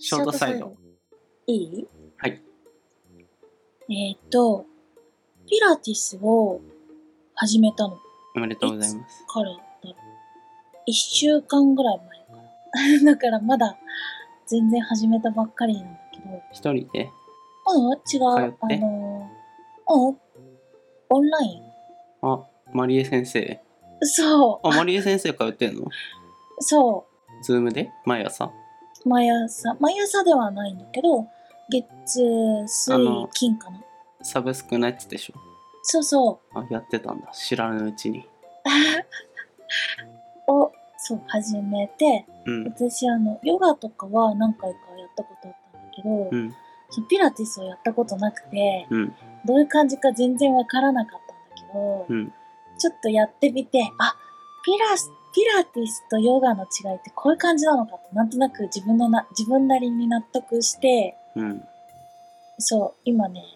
ショートサイド。 いい？ はい。 ピラティスを始めたの。 おめでとうございます。 いつからだろう。1週間ぐらい前から。だからまだ全然始めたばっかりなんだけど。 一人で？ 違う。 通って？ オンライン。 あ、マリエ先生。 そう。 あ、マリエ先生通ってんの？ そズームで毎朝？ 毎朝ではないんだけど、月、水、金かな。 サブスクのやつでしょ？ そうそう。 あ、やってたんだ。知らぬうちに。 そう始めて、私ヨガとかは何回かやったことあったんだけど、そのピラティスをやったことなくて、どういう感じか全然わからなかったんだけど、ちょっとやってみて、あ、ピラティスとヨガの違いってこういう感じなのかってなんとなく自分なりに納得して、そう今ね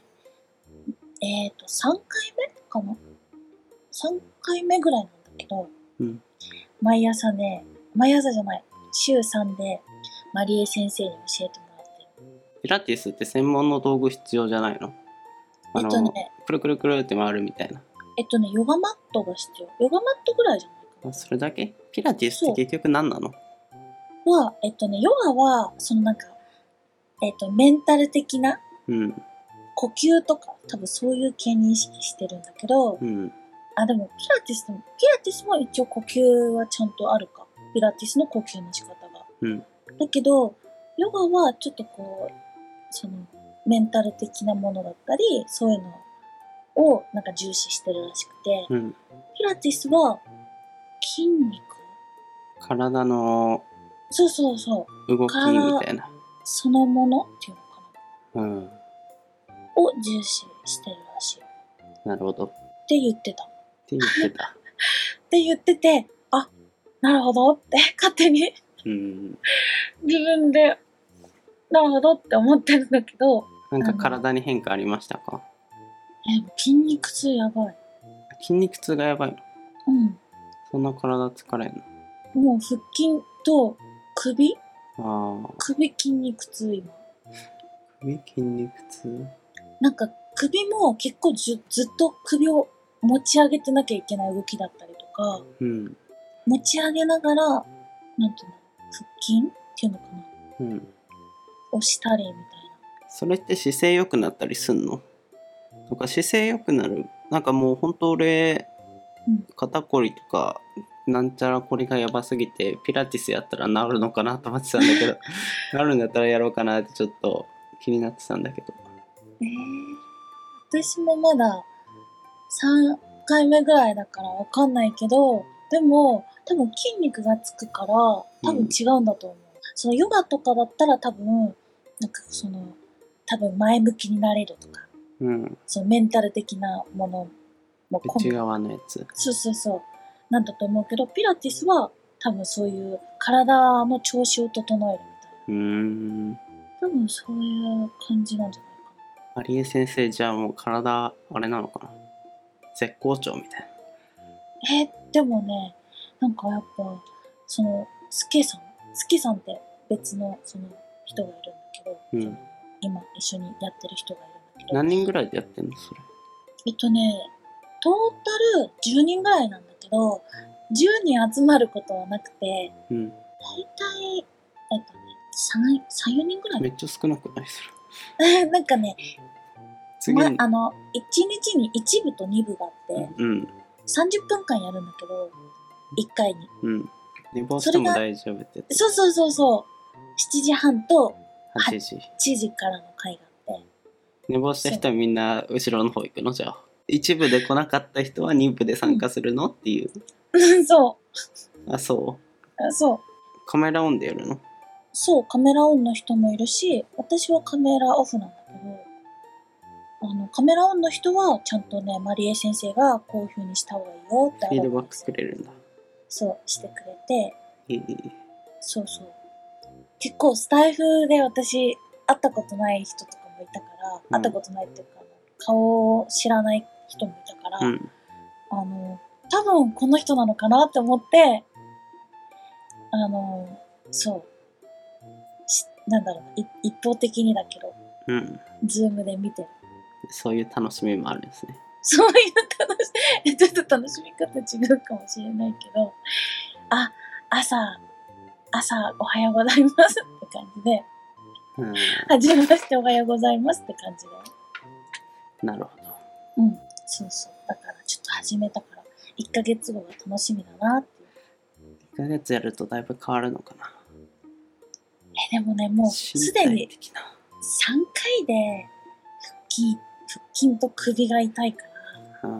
3回目かな、3回目ぐらいなんだけど、毎朝じゃない、週3でマリエ先生に教えてもらってる。 ピラティスって専門の道具必要じゃないの？くるくるくるって回るみたいな。 ヨガマットが必要。ヨガマットぐらいじゃないかな。 それだけ？ピラティスって結局何なの？ は、ヨガは、そのなんか、メンタル的な、呼吸とか、多分そういう系に意識してるんだけど、でもピラティスも一応呼吸はちゃんとあるか。ピラティスの呼吸の仕方が。だけど、ヨガはちょっとこう、その、メンタル的なものだったり、そういうのをなんか重視してるらしくて、ピラティスは筋肉？ 体のそうそうそう。 動きみたいな。 そのものっていうのかな。を重視してるらしい。 なるほど。 って言ってた。 って言ってて、あ、なるほどって勝手に自分でなるほどって思ってるんだけど、 なんか体に変化ありましたか？ 筋肉痛やばい。 筋肉痛がやばいの？そんな体疲れんの？ もう腹筋と首筋肉痛今。 首筋肉痛？ なんか首も結構ずっと首を持ち上げてなきゃいけない動きだったりとか、持ち上げながら、なんていうの、腹筋っていうのかな、押したりみたいな。 それって姿勢良くなったりすんの？とか姿勢良くなる？なんかもうほんと俺、肩こりとかなんちゃらこりがやばすぎてピラティスやったら治るのかなと思ってたんだけど治るんだったらやろうかなってちょっと気になってたんだけど。 私もまだ3回目ぐらいだからわかんないけど、でも多分筋肉がつくから多分違うんだと思う。そのヨガとかだったら多分前向きになれるとか、そのメンタル的なものも内側のやつ。 そうなんだと思うけど、ピラティスは多分そういう体の調子を整えるみたいな。多分そういう感じなんじゃないかな。 マリエ先生じゃあもう体あれなのかな、絶好調みたいな。 でもね、なんかやっぱそのスケさんって別のその人がいるんだけど、今一緒にやってる人がいるんだけど。 何人ぐらいでやってんのそれ？ トータル10人ぐらいなんだけど、10人集まることはなくて、だいたい3、4人ぐらい。 めっちゃ少なくないそれ？なんかね、1日に1部と2部があって、30分間やるんだけど、1回に。 寝坊しても大丈夫ってやつ。 そう。7時半と 8 時からの回があって。 寝坊した人はみんな後ろの方行くの？じゃあ。一部で来なかった人は2部で参加するのっていう。 そう。 あ、そう。 そう。 カメラオンでやるの？ そう、カメラオンの人もいるし、私はカメラオフなんだけど、カメラオンの人はちゃんとね、マリエ先生がこういう風にした方がいいよってフィードバックくれるんだ。 そう、してくれて。そう。結構スタイフで私、会ったことない人とかもいたから、会ったことないっていうか、顔を知らない人もいたから、多分この人なのかなって思って、そう、知っなんだろう、一方的にだけど、 うん、 ズームで見てる。 そういう楽しみもあるんですね。 そういうちょっと楽しみ方違うかもしれないけど、朝おはようございますって感じで、はじめましておはようございますって感じで。 なるほど。 うん、そうそう。だからちょっと始めたから、1ヶ月後が楽しみだなっていう。 1ヶ月やるとだいぶ変わるのかな。 でもね、もうすでに3回で腹筋と首が痛いから、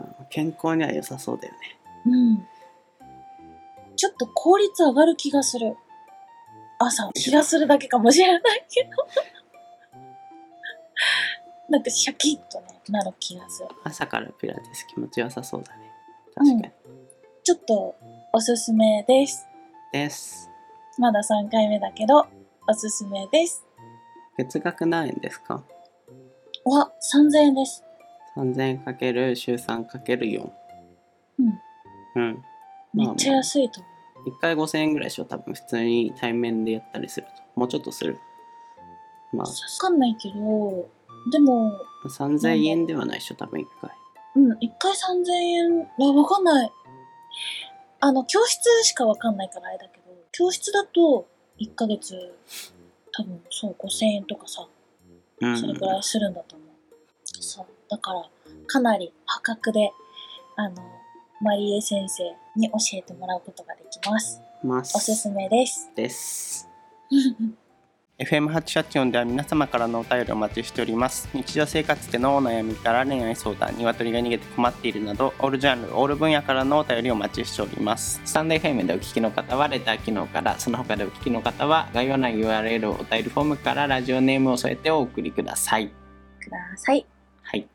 健康には良さそうだよね。 うん。ちょっと効率上がる気がする。気がするだけかもしれないけどなんかシャキッとね、なる気がする。 朝からピラティス気持ちよさそうだね。確かに。 ちょっとおすすめです。まだ3回目だけど、おすすめです。 月額何円ですか ？3000円です。 3000円かける週3かける4。うん。 めっちゃ安いと思う。1回5000円ぐらいでしょ、多分普通に対面でやったりすると。もうちょっとする。 わかんないけど、でも。 3000円ではないでしょ、多分1回。 1回3000円。わかんない。教室しかわかんないからあれだけど、教室だと1ヶ月、多分そう5000円とかさ、それくらいするんだと思う。そう。だから、かなり破格で、マリエ先生に教えてもらうことができます。おすすめです。 FM884 では皆様からのお便りをお待ちしております。日常生活でのお悩みから恋愛相談、鶏が逃げて困っているなど、オールジャンル、オール分野からのお便りをお待ちしております。スタンド FM でお聞きの方はレター機能から、その他でお聞きの方は概要欄 URL お便りフォームからラジオネームを添えてお送りください。 はい。